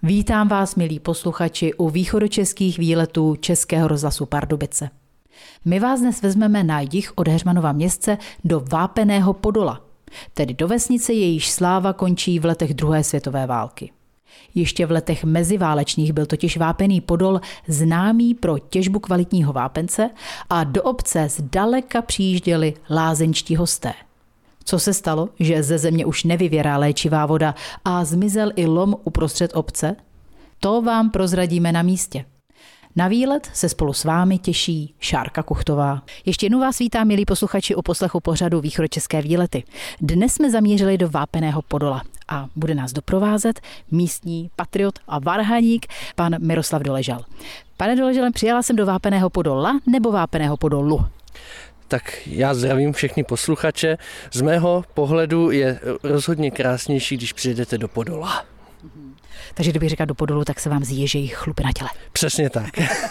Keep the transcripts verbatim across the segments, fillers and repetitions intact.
Vítám vás, milí posluchači, u východočeských výletů Českého rozhlasu Pardubice. My vás dnes vezmeme na jih od Heřmanova Městce do Vápeného Podola, tedy do vesnice, jejíž sláva končí v letech druhé světové války. Ještě v letech meziválečných byl totiž Vápený Podol známý pro těžbu kvalitního vápence a do obce zdaleka přijížděli lázeňští hosté. Co se stalo, že ze země už nevyvěrá léčivá voda a zmizel i lom uprostřed obce? To vám prozradíme na místě. Na výlet se spolu s vámi těší Šárka Kuchtová. Ještě jednou vás vítám, milí posluchači, u poslechu pořadu Východočeské výlety. Dnes jsme zamířili do Vápeného Podola a bude nás doprovázet místní patriot a varhaník pan Miroslav Doležal. Pane Doležale, přijela jsem do Vápeného Podola nebo Vápeného Podolu? Tak já zdravím všechny posluchače. Z mého pohledu je rozhodně krásnější, když přijedete do Podola. Takže kdybych řekla do Podolu, tak se vám zježejí chlupy na těle. Přesně tak.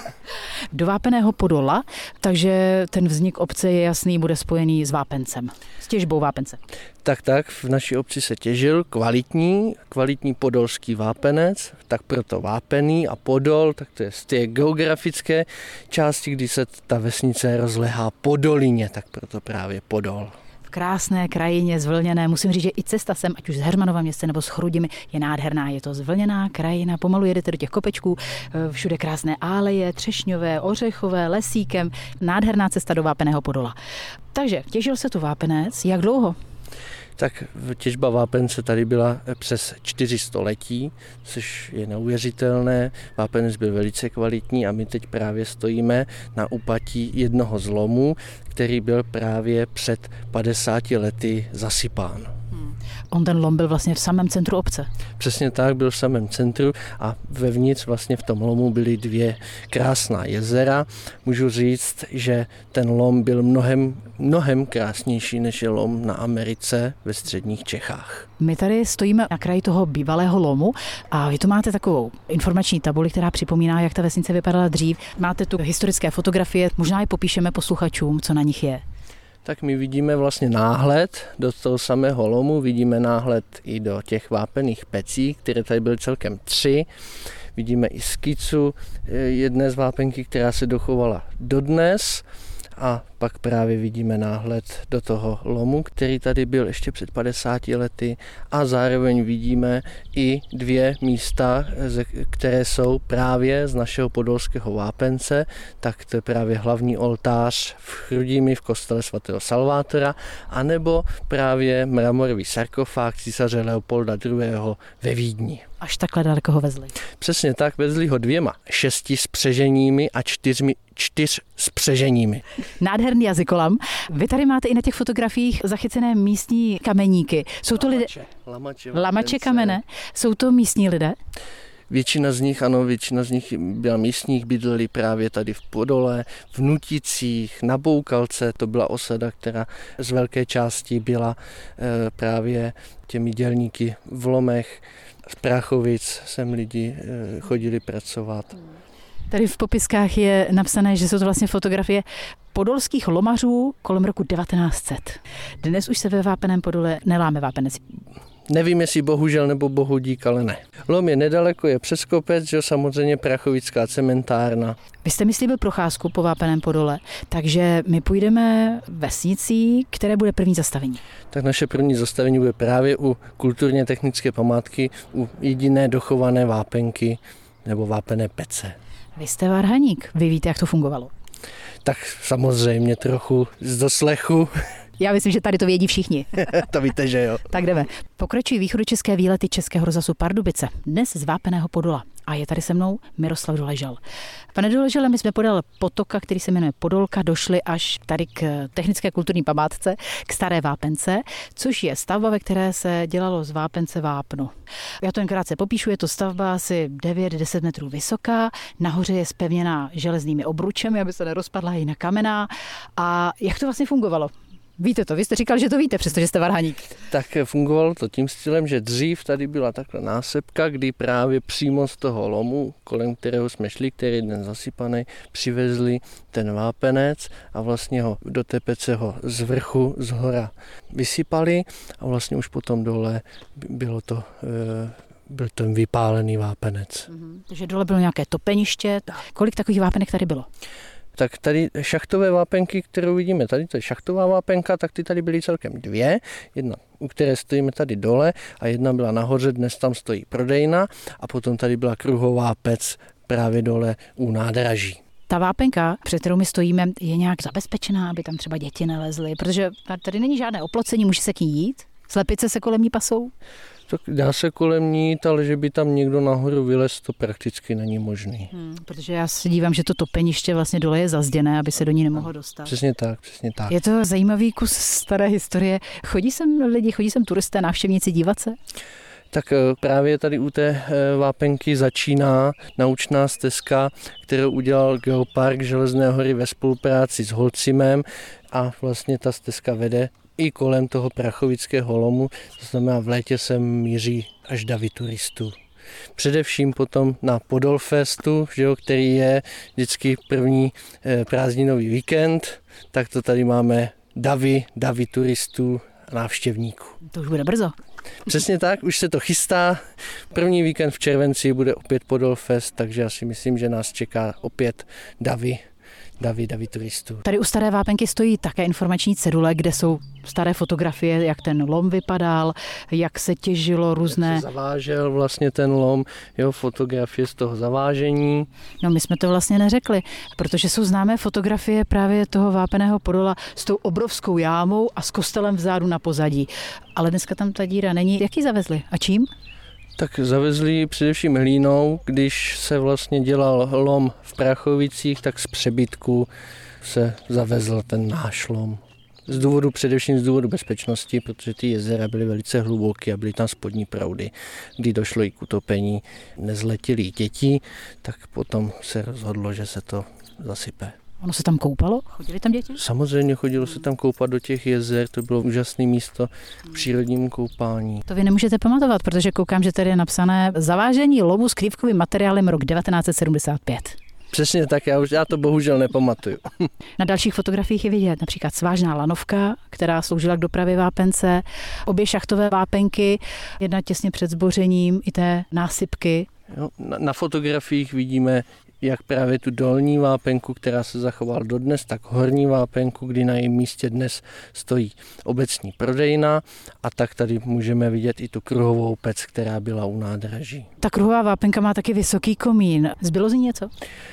Do Vápeného Podola, takže ten vznik obce je jasný, bude spojený s vápencem, s těžbou vápence. Tak, tak, v naší obci se těžil kvalitní, kvalitní podolský vápenec, tak proto Vápený a Podol, tak to je z té geografické části, kdy se ta vesnice rozlehá po dolině, tak proto právě Podol. V krásné krajině zvlněné, musím říct, že i cesta sem, ať už z Heřmanova Městce nebo s Chrudimi, je nádherná. Je to zvlněná krajina, pomalu jedete do těch kopečků, všude krásné áleje, třešňové, ořechové, lesíkem. Nádherná cesta do Vápeného Podola. Takže těžil se tu vápenec, jak dlouho? Tak těžba vápence tady byla přes čtyři století, což je neuvěřitelné. Vápenec byl velice kvalitní a my teď právě stojíme na úpatí jednoho z lomů, který byl právě před padesáti lety zasypán. Hmm. On ten lom byl vlastně v samém centru obce. Přesně tak, byl v samém centru a vevnitř vlastně v tom lomu byly dvě krásná jezera. Můžu říct, že ten lom byl mnohem, mnohem krásnější než je lom na Americe ve středních Čechách. My tady stojíme na kraji toho bývalého lomu a vy tu máte takovou informační tabuli, která připomíná, jak ta vesnice vypadala dřív. Máte tu historické fotografie, možná i popíšeme posluchačům, co na nich je. Tak my vidíme vlastně náhled do toho samého lomu, vidíme náhled i do těch vápených pecí, které tady byly celkem tři. Vidíme i skicu jedné z vápenky, která se dochovala dodnes. A pak právě vidíme náhled do toho lomu, který tady byl ještě před padesáti lety a zároveň vidíme i dvě místa, které jsou právě z našeho podolského vápence, tak to je právě hlavní oltář v Chrudimi v kostele svatého Salvátora, anebo právě mramorový sarkofág císaře Leopolda druhého. ve Vídni. Až takhle daleko ho vezli. Přesně tak, vezli ho dvěma šesti spřeženími a čtyřmi, čtyř spřeženími. Nádherný jazykolam. Vy tady máte i na těch fotografiích zachycené místní kameníky. Jsou to lidé... Lamače, Lamače kamene. Jsou to místní lidé? Většina z nich, ano, většina z nich byla místních, bydleli právě tady v Podole, v Nuticích, na Boukalce, to byla osada, která z velké části byla e, právě těmi dělníky v lomech. Z Práchovic sem lidi e, chodili pracovat. Tady v popiskách je napsané, že jsou to vlastně fotografie podolských lomařů kolem roku devatenáct set. Dnes už se ve Vápeném Podole neláme vápenec. Nevím, jestli bohužel nebo bohu dík, ale ne. Lom je nedaleko, je přes kopec, že samozřejmě Prachovická cementárna. Vy jste mi slíbil procházku po Vápeném Podole, takže my půjdeme vesnicí, které bude první zastavení. Tak naše první zastavení bude právě u kulturně technické památky, u jediné dochované vápenky nebo vápené pece. Vy jste varhaník, vy víte, jak to fungovalo. Tak samozřejmě trochu z doslechu. Já myslím, že tady to vědí všichni. To víte, že jo. Tak jdeme. Pokračují východočeské výlety Českého rozhlasu Pardubice. Dnes z Vápeného Podola. A je tady se mnou Miroslav Doležal. Pane Doležale, my jsme podél potoka, který se jmenuje Podolka, došli až tady k technické kulturní památce, k Staré Vápence, což je stavba, ve které se dělalo z vápence vápno. Já to jen krátce popíšu, je to stavba asi devět až deset metrů vysoká, nahoře je zpevněná železnými obručemi, aby se nerozpadla i na kamená. A jak to vlastně fungovalo? Víte to, vy jste říkal, že to víte, přestože jste varhaník. Tak fungovalo to tím stylem, že dřív tady byla takhle násepka, kdy právě přímo z toho lomu, kolem kterého jsme šli, který je dnes zasypaný, přivezli ten vápenec a vlastně ho do té pece ho z vrchu, z hora vysypali a vlastně už potom dole bylo to e, byl ten vypálený vápenec. Mm-hmm. Takže dole bylo nějaké topeniště. Kolik takových vápenek tady bylo? Tak tady šachtové vápenky, kterou vidíme tady, to je šachtová vápenka, tak ty tady byly celkem dvě. Jedna, u které stojíme tady dole, a jedna byla nahoře, dnes tam stojí prodejna, a potom tady byla kruhová pec právě dole u nádraží. Ta vápenka, před kterou my stojíme, je nějak zabezpečená, aby tam třeba děti nelezly, protože tady není žádné oplocení, může se k ní jít? Slepice se kolem ní pasou? Tak dá se kolem ní jít, ale že by tam někdo nahoru vylez, to prakticky není možný. Hmm, protože já se dívám, že to topeniště vlastně dole je zazděné, aby se do ní nemohlo dostat. Přesně tak, přesně tak. Je to zajímavý kus staré historie. Chodí sem lidi, chodí sem turisté, návštěvníci dívat se? Tak právě tady u té vápenky začíná naučná stezka, kterou udělal Geopark Železné hory ve spolupráci s Holcimem, a vlastně ta stezka vede i kolem toho prachovického lomu, to znamená v létě se míří až davy turistů. Především potom na Podolfestu, že jo, který je vždycky první prázdninový víkend, tak to tady máme davy, davy turistů a návštěvníků. To už bude brzo. Přesně tak, už se to chystá. První víkend v červenci bude opět Podolfest, takže já si myslím, že nás čeká opět davy, davy, davy turistů. Tady u staré vápenky stojí také informační cedule, kde jsou staré fotografie, jak ten lom vypadal, jak se těžilo různé... Jak se zavážel vlastně ten lom, jeho fotografie z toho zavážení. No my jsme to vlastně neřekli, protože jsou známé fotografie právě toho vápeného Podola s tou obrovskou jámou a s kostelem vzadu na pozadí. Ale dneska tam ta díra není. Jak ji zavezli a čím? Tak zavezli především hlínou, když se vlastně dělal lom v Prachovicích, tak z přebytku se zavezl ten náš lom. Z důvodu, především z důvodu bezpečnosti, protože ty jezera byly velice hluboké a byly tam spodní proudy, kdy došlo i k utopení nezletilých dětí, tak potom se rozhodlo, že se to zasype. Ono se tam koupalo? Chodili tam děti? Samozřejmě chodilo se tam koupat do těch jezer, to bylo úžasné místo k přírodnímu koupání. To vy nemůžete pamatovat, protože koukám, že tady je napsané zavážení lomu s krývkovým materiálem rok devatenáct set sedmdesát pět. Přesně tak, já, už, já to bohužel nepamatuju. Na dalších fotografiích je vidět například svážná lanovka, která sloužila k dopravě vápence, obě šachtové vápenky, jedna těsně před zbořením i té násypky. Jo, na, na fotografiích vidíme jak právě tu dolní vápenku, která se zachovala dodnes, tak horní vápenku, kdy na jejím místě dnes stojí obecní prodejna, a tak tady můžeme vidět i tu kruhovou pec, která byla u nádraží. Ta kruhová vápenka má taky vysoký komín. Zbylo z ní něco?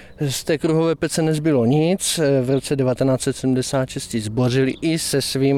Z té kruhové pece nezbylo nic. V roce devatenáct set sedmdesát šest zbořili i se svým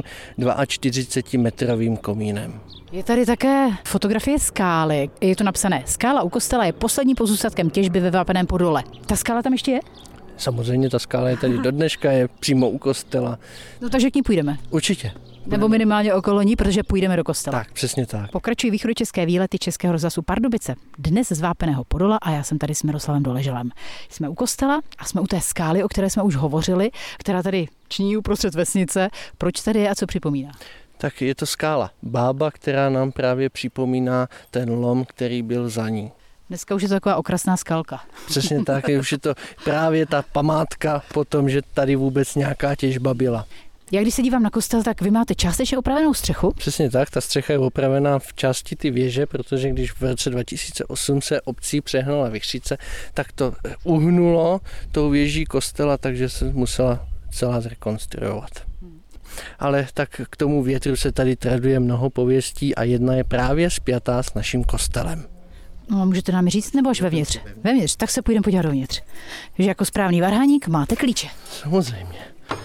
čtyřicetimetrovým komínem. Je tady také fotografie skály. Je to napsané: skála u kostela je poslední pozůstatkem těžby ve Vápeném Podole. Ta skála tam ještě je? Samozřejmě ta skála je tady do dneška, je přímo u kostela. No takže k ní půjdeme. Určitě. Nebo minimálně okolo ní, protože půjdeme do kostela. Tak, přesně tak. Pokračují východočeské výlety Českého rozhlasu Pardubice. Dnes z Vápeného Podola a já jsem tady s Miroslavem Doleželem. Jsme u kostela a jsme u té skály, o které jsme už hovořili, která tady ční uprostřed vesnice. Proč tady je a co připomíná? Tak je to skála Bába, která nám právě připomíná ten lom, který byl za ní. Dneska už je to taková okrasná skalka. Přesně tak, už je to právě ta památka po tom, že tady vůbec nějaká těžba byla. Já když se dívám na kostel, tak vy máte částečně opravenou střechu? Přesně tak, ta střecha je opravená v části ty věže, protože když v roce dva tisíce osm se obcí přehnala vichřice, tak to uhnulo tou věží kostela, takže se musela celá zrekonstruovat. Ale tak k tomu větru se tady traduje mnoho pověstí a jedna je právě spjatá s naším kostelem. No, můžete nám říct, nebo až vevnitř? Vevnitř, tak se půjdeme podívat dovnitř. Že jako správný varhaník máte klíče. Samozřejmě.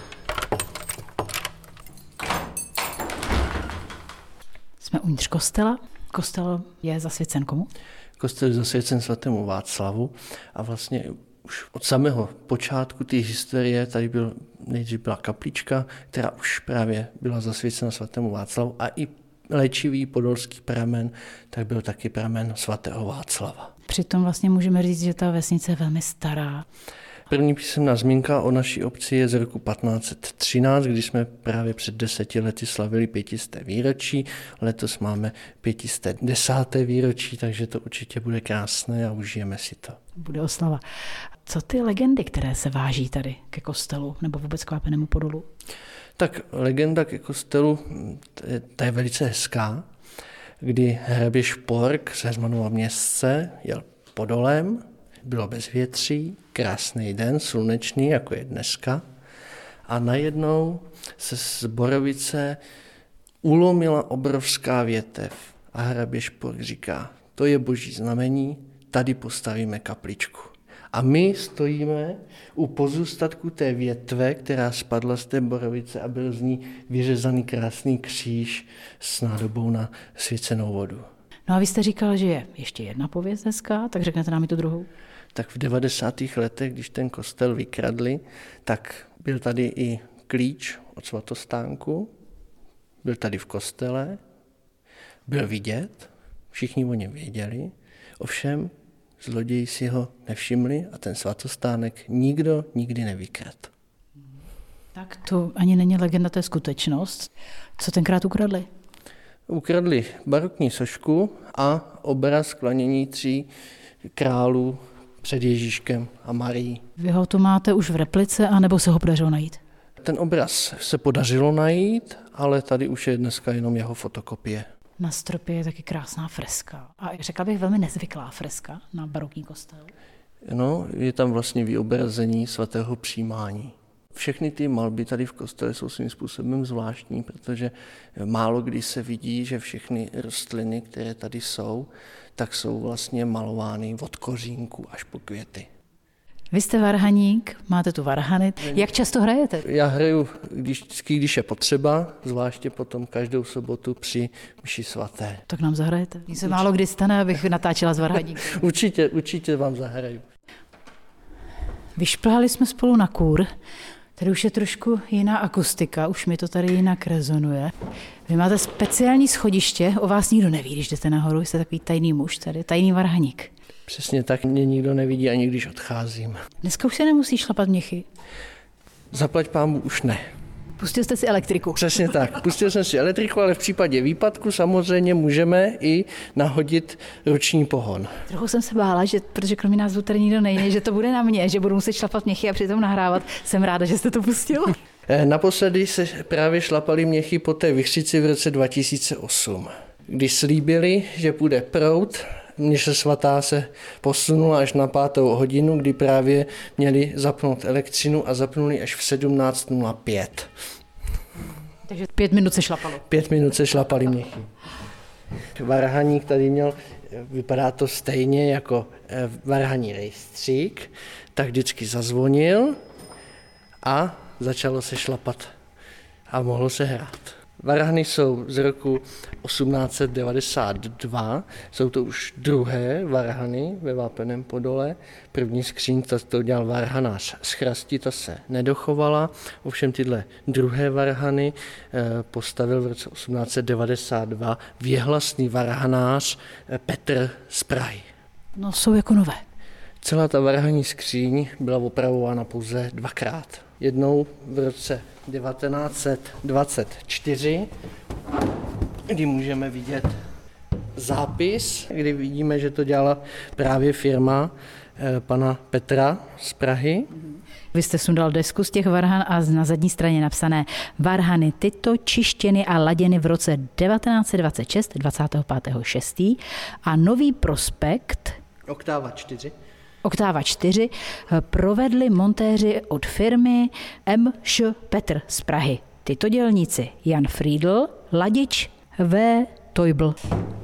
Jsme uvnitř kostela. Kostel je zasvěcen komu? Kostel je zasvěcen svatému Václavu a vlastně už od samého počátku té historie tady byl, nejdřív byla kaplička, která už právě byla zasvěcena svatému Václavu, a i léčivý podolský pramen, tak byl taky pramen svatého Václava. Přitom vlastně můžeme říct, že ta vesnice je velmi stará. První písemná zmínka o naší obci je z roku patnáct set třináct, kdy jsme právě před deseti lety slavili pětisté výročí. Letos máme pětisté desáté výročí, takže to určitě bude krásné a užijeme si to. Bude oslava. Co ty legendy, které se váží tady ke kostelu nebo vůbec k Vápenému Podolu? Tak legenda ke kostelu, ta je velice hezká. kdy hrabě Špork z Heřmanova Městce jel Podolem, bylo bezvětří, krásný den, slunečný, jako je dneska, a najednou se z borovice ulomila obrovská větev a hrabě Špork říká, to je boží znamení, tady postavíme kapličku. A my stojíme u pozůstatku té větve, která spadla z té borovice a byl z ní vyřezaný krásný kříž s nádobou na svěcenou vodu. No a vy jste říkal, že je ještě jedna pověst hezká, tak řeknete nám i tu druhou. Tak v devadesátých letech, když ten kostel vykradli, tak byl tady i klíč od svatostánku, byl tady v kostele, byl vidět, všichni o něm věděli, ovšem zloději si ho nevšimli a ten svatostánek nikdo nikdy nevykradl. Tak to ani není legenda, to je skutečnost. Co tenkrát ukradli? Ukradli barokní sošku a obraz klanění tří králů před Ježíškem a Marií. Vy ho tu máte už v replice, anebo se ho podařilo najít? Ten obraz se podařilo najít, ale tady už je dneska jenom jeho fotokopie. Na stropě je taky krásná freska. A řekla bych velmi nezvyklá freska na barokní kostel. No, je tam vlastně vyobrazení svatého přijímání. Všechny ty malby tady v kostele jsou svým způsobem zvláštní, protože málo kdy se vidí, že všechny rostliny, které tady jsou, tak jsou vlastně malovány od kořínku až po květy. Vy jste varhaník, máte tu varhany. Jak často hrajete? Já hraju, když, když je potřeba, zvláště potom každou sobotu při mši svaté. Tak nám zahrajete. Mně se málo kdy stane, abych natáčela s varhaníkem. určitě, určitě vám zahraju. Vyšplhali jsme spolu na kůr. Tady už je trošku jiná akustika, už mi to tady jinak rezonuje. Vy máte speciální schodiště, o vás nikdo neví, když jdete nahoru, jste takový tajný muž tady, tajný varhaník. Přesně tak, mě nikdo nevidí, ani když odcházím. Dneska už se nemusí šlapat měchy. Zaplať pámu už ne. Pustil jste si elektriku. Přesně tak, pustil jsem si elektriku, ale v případě výpadku samozřejmě můžeme i nahodit ruční pohon. Trochu jsem se bála, že, protože kromě nás tady nikdo nejde, že to bude na mě, že budu muset šlapat měchy a přitom nahrávat. Jsem ráda, že jste to pustil. Naposledy se právě šlapali měchy po té vichřici v roce dva tisíce osm, kdy slíbili, že půjde proud. Mše svatá se posunula až na pátou hodinu, kdy právě měli zapnout elektřinu a zapnuli až v sedmnáct nula pět. Takže pět minut se šlapalo. Pět minut se šlapali měchy. Varhaník tady měl, vypadá to stejně jako varhaní rejstřík, tak vždycky zazvonil a začalo se šlapat a mohlo se hrát. Varhany jsou z roku osmnáct set devadesát dva, jsou to už druhé varhany ve Vápenném Podole. První skříň, to, to dělal varhanář z Chrasti, ta se nedochovala, ovšem tyhle druhé varhany eh, postavil v roce osmnáct set devadesát dva věhlasný varhanář eh, Petr z Prahy. No jsou jako nové. Celá ta varhaní skříň byla opravována pouze dvakrát. Jednou v roce devatenáct set dvacet čtyři, kdy můžeme vidět zápis, kdy vidíme, že to dělala právě firma eh, pana Petra z Prahy. Vy jste sundal desku z těch varhan a na zadní straně napsané varhany tyto čištěny a laděny v roce devatenáct set dvacet šest, dvacátého pátého šestého a nový prospekt Oktáva čtyři. Oktáva čtyři provedli montéři od firmy M Š Petr z Prahy. Tyto dělníci Jan Friedl, Ladič, V. Teubl.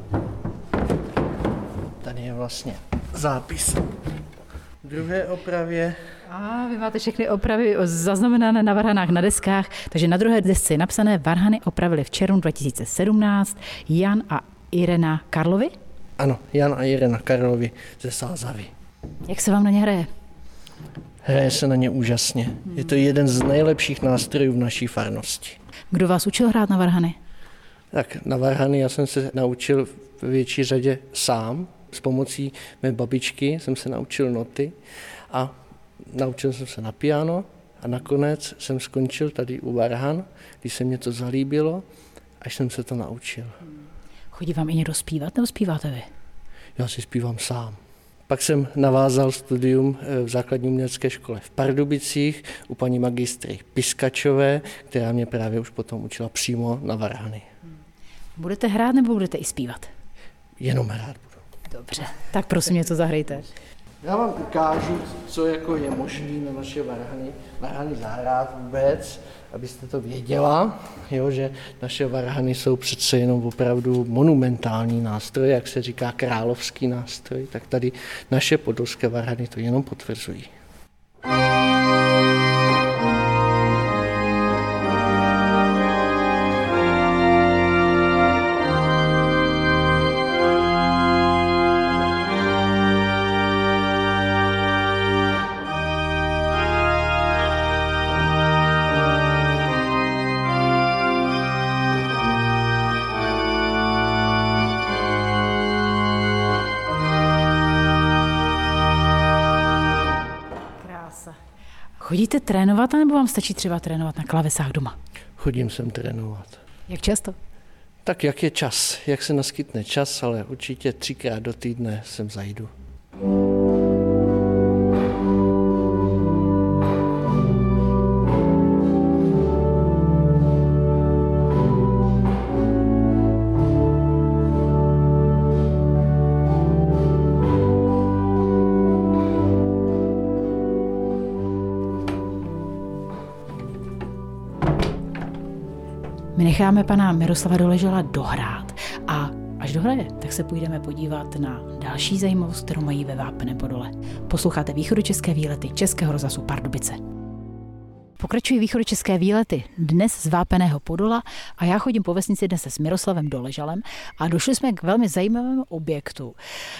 Tady je vlastně zápis v druhé opravě. A vy máte všechny opravy zaznamenané na varhanách na deskách, takže na druhé desce je napsané varhany opravili v červnu dva tisíce sedmnáct Jan a Irena Karlovi? Ano, Jan a Irena Karlovi ze Sázavy. Jak se vám na ně hraje? Hraje se na ně úžasně. Je to jeden z nejlepších nástrojů v naší farnosti. Kdo vás učil hrát na varhany? Tak na varhany já jsem se naučil v větší řadě sám. S pomocí mé babičky jsem se naučil noty a naučil jsem se na piano a nakonec jsem skončil tady u varhan, když se mě to zalíbilo, až jsem se to naučil. Chodí vám i někdo zpívat, nebo zpíváte vy? Já si zpívám sám. Pak jsem navázal studium v základní umělecké škole v Pardubicích u paní magistry Piskačové, která mě právě už potom učila přímo na varhany. Budete hrát nebo budete i zpívat? Jenom hrát budu. Dobře, tak prosím něco zahrajte. Já vám ukážu, co jako je možné na naše varhany, varhany zahrát vůbec, abyste to věděla, jo, že naše varhany jsou přece jenom opravdu monumentální nástroj, jak se říká královský nástroj, tak tady naše podolské varhany to jenom potvrzují. Chodíte trénovat, nebo vám stačí třeba trénovat na klávesách doma? Chodím sem trénovat. Jak často? Tak jak je čas, jak se naskytne čas, ale určitě třikrát do týdne sem zajdu. My necháme pana Miroslava Doležala dohrát a až dohraje, tak se půjdeme podívat na další zajímavost, kterou mají ve Vápenném Podole. Posloucháte východočeské výlety Českého rozhlasu Pardubice. Pokračují východočeské výlety dnes z Vápenného Podola a já chodím po vesnici dnes s Miroslavem Doležalem a došli jsme k velmi zajímavému objektu,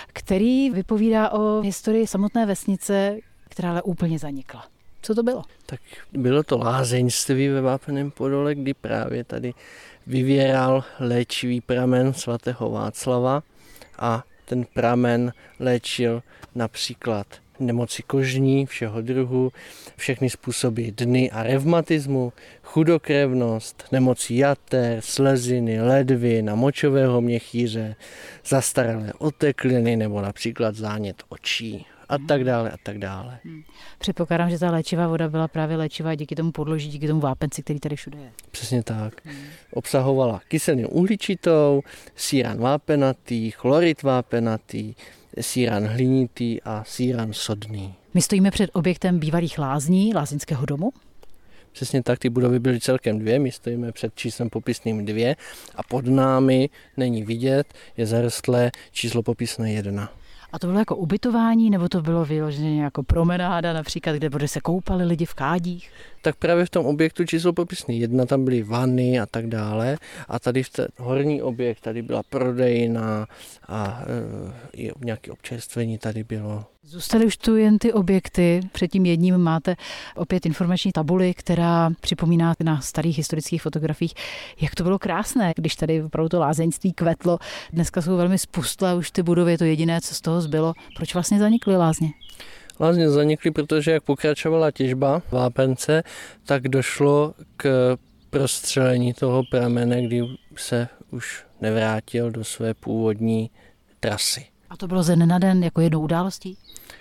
který vypovídá o historii samotné vesnice, která ale úplně zanikla. Co to bylo? Tak bylo to lázeňství ve Vápenném Podole, kdy právě tady vyvěral léčivý pramen svatého Václava a ten pramen léčil například nemoci kožní, všeho druhu, všechny způsoby dny a revmatismu, chudokrevnost, nemoci jater, sleziny, ledvin a močového měchýře, zastaralé otekliny nebo například zánět očí. A tak dále, a tak dále. Hmm. Předpokládám, že ta léčivá voda byla právě léčivá díky tomu podloží, díky tomu vápenci, který tady všude je. Přesně tak. Hmm. Obsahovala kyselinu uhličitou, síran vápenatý, chlorid vápenatý, síran hlinitý a síran sodný. My stojíme před objektem bývalých lázní, lázeňského domu. Přesně tak, ty budovy byly celkem dvě, my stojíme před číslem popisným dvě a pod námi není vidět, je zarostlé číslo popisné jedna. A to bylo jako ubytování, nebo to bylo vyloženě jako promenáda například, kde se koupali lidi v kádích? Tak právě v tom objektu číslo popisný jedna, tam byly vany a tak dále. A tady v ten horní objekt, tady byla prodejna a e, nějaké občerstvení tady bylo. Zůstaly už tu jen ty objekty. Před tím jedním máte opět informační tabuli, která připomíná na starých historických fotografiích, jak to bylo krásné, když tady opravdu to lázeňství kvetlo. Dneska jsou velmi spustlé už ty budovy, je to jediné, co z toho zbylo. Proč vlastně zanikly lázně? Lázně zanikly, protože jak pokračovala těžba vápence, tak došlo k prostřelení toho pramene, kdy se už nevrátil do své původní trasy. A to bylo ze dne na den jako jednou událostí?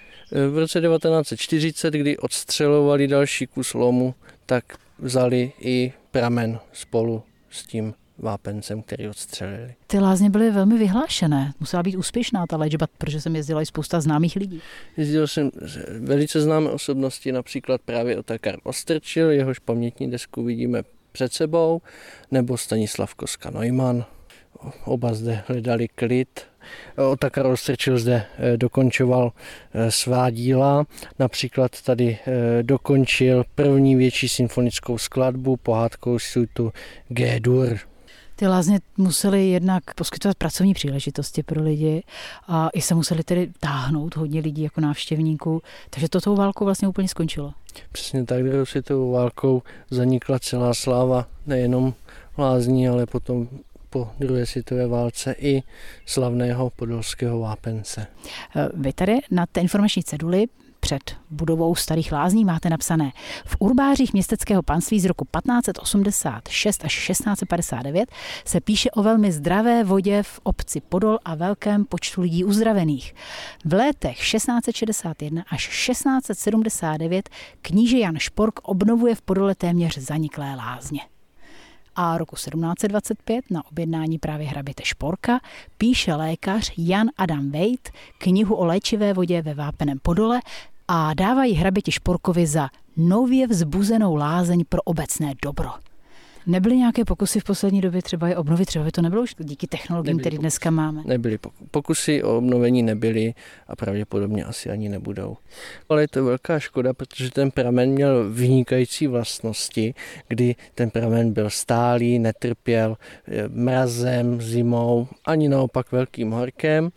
V roce devatenáct set čtyřicet, kdy odstřelovali další kus lomu, tak vzali i pramen spolu s tím vápencem, který odstřelili. Ty lázně byly velmi vyhlášené. Musela být úspěšná ta léčba, protože jsem jezdila i spousta známých lidí. Jezdil jsem velice známé osobnosti, například právě Otakar Ostrčil, jehož pamětní desku vidíme před sebou, nebo Stanislav Koska-Neumann. Oba zde hledali klid. Otakar Ostrčil zde dokončoval svá díla. Například tady dokončil první větší symfonickou skladbu pohádkou suitu G-dur. Ty lázně musely jednak poskytovat pracovní příležitosti pro lidi a i se museli tedy táhnout hodně lidí jako návštěvníků, takže to tou válkou vlastně úplně skončilo. Přesně tak, druhou světovou válkou zanikla celá sláva nejenom lázní, ale potom po druhé světové válce i slavného podolského vápence. Vy tady na té informační ceduli před budovou starých lázní máte napsané: v urbářích městeckého panství z roku patnáct set osmdesát šest až šestnáct set padesát devět se píše o velmi zdravé vodě v obci Podol a velkém počtu lidí uzdravených. V létech šestnáct set šedesát jedna až šestnáct set sedmdesát devět kníže Jan Špork obnovuje v Podole téměř zaniklé lázně. A roku sedmnáct set dvacet pět na objednání právě hraběte Šporka píše lékař Jan Adam Vejt knihu o léčivé vodě ve Vápeném Podole a dává ji hraběti Šporkovi za nově vzbuzenou lázeň pro obecné dobro. Nebyly nějaké pokusy v poslední době třeba je obnovit, třeba by to nebylo už díky technologiím, které dneska máme? Nebyly pokusy o obnovení nebyly a pravděpodobně asi ani nebudou. Ale je to velká škoda, protože ten pramen měl vynikající vlastnosti, kdy ten pramen byl stálý, netrpěl mrazem, zimou, ani naopak velkým horkem,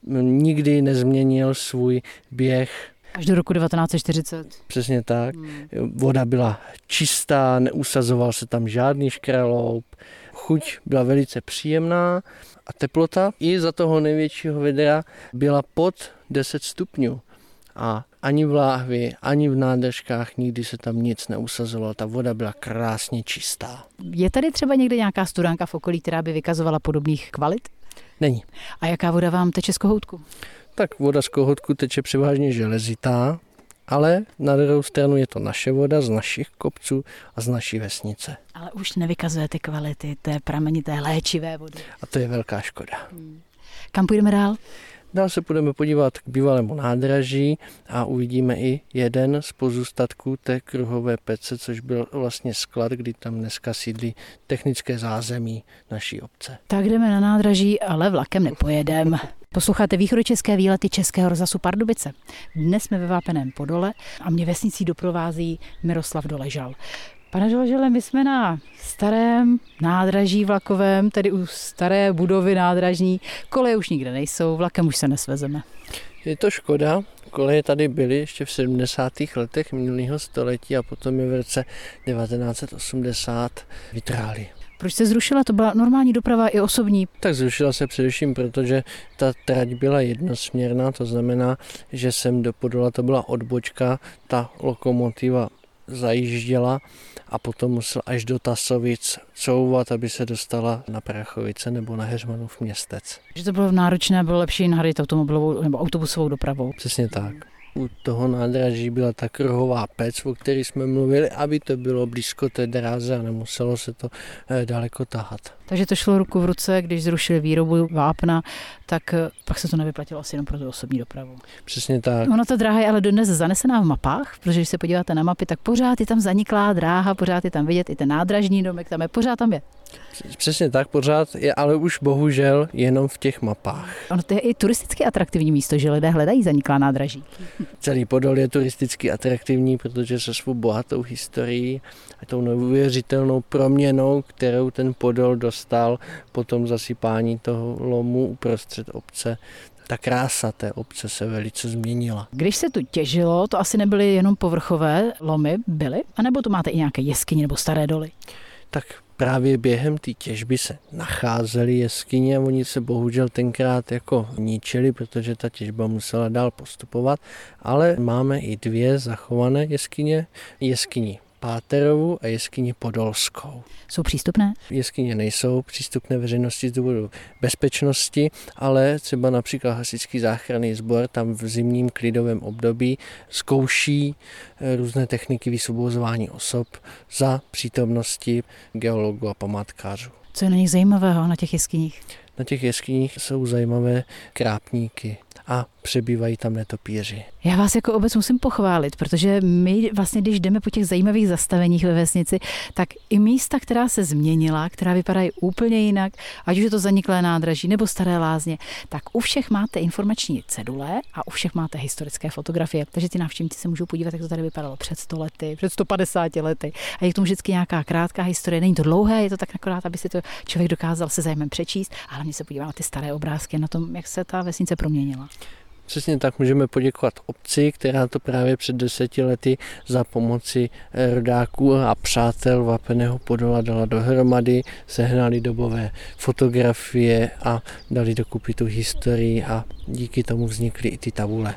nikdy nezměnil svůj běh. Až do roku devatenáct set čtyřicet. Přesně tak. Hmm. Voda byla čistá, neusazoval se tam žádný škraloup. Chuť byla velice příjemná a teplota i za toho největšího vedra byla pod deset stupňů. A ani v láhvi, ani v nádržkách nikdy se tam nic neusazovalo. Ta voda byla krásně čistá. Je tady třeba někde nějaká studánka v okolí, která by vykazovala podobných kvalit? Není. A jaká voda vám teče z kohoutku? Tak voda z kohoutku teče převážně železitá, ale na druhou stranu je to naše voda z našich kopců a z naší vesnice. Ale už nevykazuje ty kvality té pramenité léčivé vody. A to je velká škoda. Hmm. Kam půjdeme dál? Dál se budeme podívat k bývalému nádraží a uvidíme i jeden z pozůstatků té kruhové pece, což byl vlastně sklad, kdy tam dneska sídlí technické zázemí naší obce. Tak jdeme na nádraží, ale vlakem nepojedeme. Posloucháte východočeské výlety Českého rozhlasu Pardubice. Dnes jsme ve Vápeném Podole a mě vesnicí doprovází Miroslav Doležal. Pane Doležale, my jsme na starém nádraží vlakovém, tedy u staré budovy nádražní. Koleje už nikde nejsou, vlakem už se nesvezeme. Je to škoda. Koleje tady byly ještě v sedmdesátých letech minulého století a potom je v roce devatenáct set osmdesát vytrály. Proč se zrušila? To byla normální doprava i osobní. Tak zrušila se především, protože ta trať byla jednosměrná, to znamená, že sem do Podola to byla odbočka, ta lokomotiva zajížděla a potom musel až do Tasovic couvat, aby se dostala na Prachovice nebo na Heřmanův Městec. Že to bylo náročné, bylo lepší nahradit automobilovou nebo autobusovou dopravou. Přesně tak. U toho nádraží byla ta kruhová pec, o které jsme mluvili, aby to bylo blízko té dráze a nemuselo se to daleko tahat. Takže to šlo ruku v ruce, když zrušili výrobu vápna, tak pak se to nevyplatilo asi jenom pro tu osobní dopravu. Přesně tak. Ona ta dráha je ale dodnes zanesená v mapách, protože když se podíváte na mapy, tak pořád je tam zaniklá dráha, pořád je tam vidět i ten nádražní domek, tam je, pořád tam je. Přesně tak, pořád je, ale už bohužel jenom v těch mapách. Ono to je i turisticky atraktivní místo, že lidé hledají zaniklá nádraží. Celý Podol je turisticky atraktivní, protože se svou bohatou historií a tou neuvěřitelnou proměnou, kterou ten Podol dostal po tom zasypání toho lomu uprostřed obce. Ta krása té obce se velice změnila. Když se tu těžilo, to asi nebyly jenom povrchové lomy, byly? A nebo tu máte i nějaké jeskyně nebo staré doly? Tak právě během té těžby se nacházely jeskyně a oni se bohužel tenkrát jako ničili, protože ta těžba musela dál postupovat, ale máme i dvě zachované jeskyně, jeskyni Páterovu a jeskyni Podolskou. Jsou přístupné? Jeskyně nejsou přístupné veřejnosti z důvodu bezpečnosti, ale třeba například hasičský záchranný sbor tam v zimním klidovém období zkouší různé techniky vysvobozování osob za přítomnosti geologů a památkářů. Co je na nich zajímavého, na těch jeskyních? Na těch jeskyních jsou zajímavé krápníky a přebývají tam netopíři. Já vás jako obec musím pochválit, protože my vlastně, když jdeme po těch zajímavých zastaveních ve vesnici, tak i místa, která se změnila, která vypadají úplně jinak, ať už je to zaniklé nádraží nebo staré lázně, tak u všech máte informační cedule a u všech máte historické fotografie. Takže ty návštěvníci se můžou podívat, jak to tady vypadalo před sto lety, před sto padesáti lety. A je k tomu vždycky nějaká krátká historie. Není to dlouhé, je to tak akorát, aby si to člověk dokázal se zájmem přečíst, ale hlavně se podívat na ty staré obrázky, na tom, jak se ta vesnice proměnila. Přesně tak můžeme poděkovat obci, která to právě před deseti lety za pomoci rodáků a přátel Vápeného Podola dala dohromady, sehnali dobové fotografie a dali dokupy tu historii a díky tomu vznikly i ty tabule.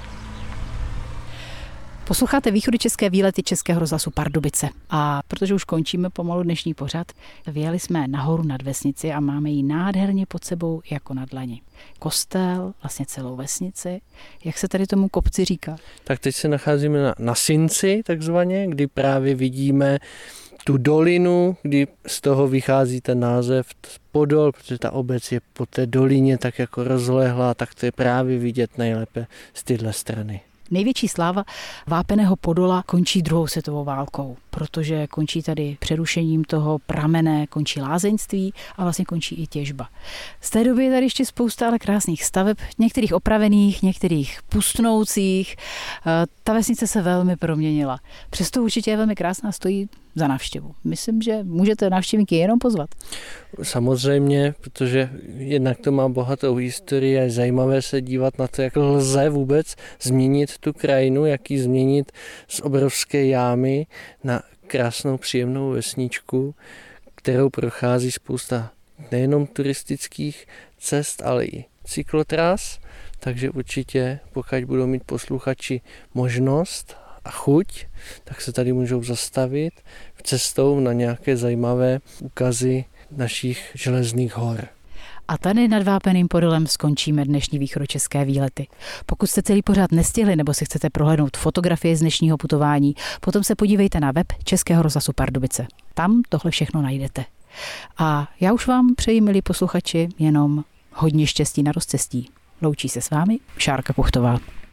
Posloucháte východočeské výlety Českého rozhlasu Pardubice. A protože už končíme pomalu dnešní pořad, vyjeli jsme nahoru nad vesnici a máme ji nádherně pod sebou jako na dlani. Kostel, vlastně celou vesnici. Jak se tady tomu kopci říká? Tak teď se nacházíme na, na Sinci, takzvaně, kdy právě vidíme tu dolinu, kdy z toho vychází ten název Podol, protože ta obec je po té dolině tak jako rozlehlá, tak to je právě vidět nejlépe z téhle strany. Největší sláva vápeného Podola končí druhou světovou válkou, protože končí tady přerušením toho pramene, končí lázeňství a vlastně končí i těžba. Z té doby je tady ještě spousta ale krásných staveb, některých opravených, některých pustnoucích. Ta vesnice se velmi proměnila. Přesto určitě je velmi krásná, stojí za návštěvu. Myslím, že můžete návštěvníky jenom pozvat. Samozřejmě, protože jednak to má bohatou historii a je zajímavé se dívat na to, jak lze vůbec změnit tu krajinu, jak ji změnit z obrovské jámy na krásnou příjemnou vesničku, kterou prochází spousta nejenom turistických cest, ale i cyklotras, takže určitě, pokud budou mít posluchači možnost a chuť, tak se tady můžou zastavit cestou na nějaké zajímavé ukazy našich železných hor. A tady nad Vápeným Podolem skončíme dnešní východočeské výlety. Pokud jste celý pořád nestihli nebo si chcete prohlédnout fotografie z dnešního putování, potom se podívejte na web Českého rozhlasu Pardubice. Tam tohle všechno najdete. A já už vám přeji, milí posluchači, jenom hodně štěstí na rozcestí. Loučí se s vámi Šárka Puchtová.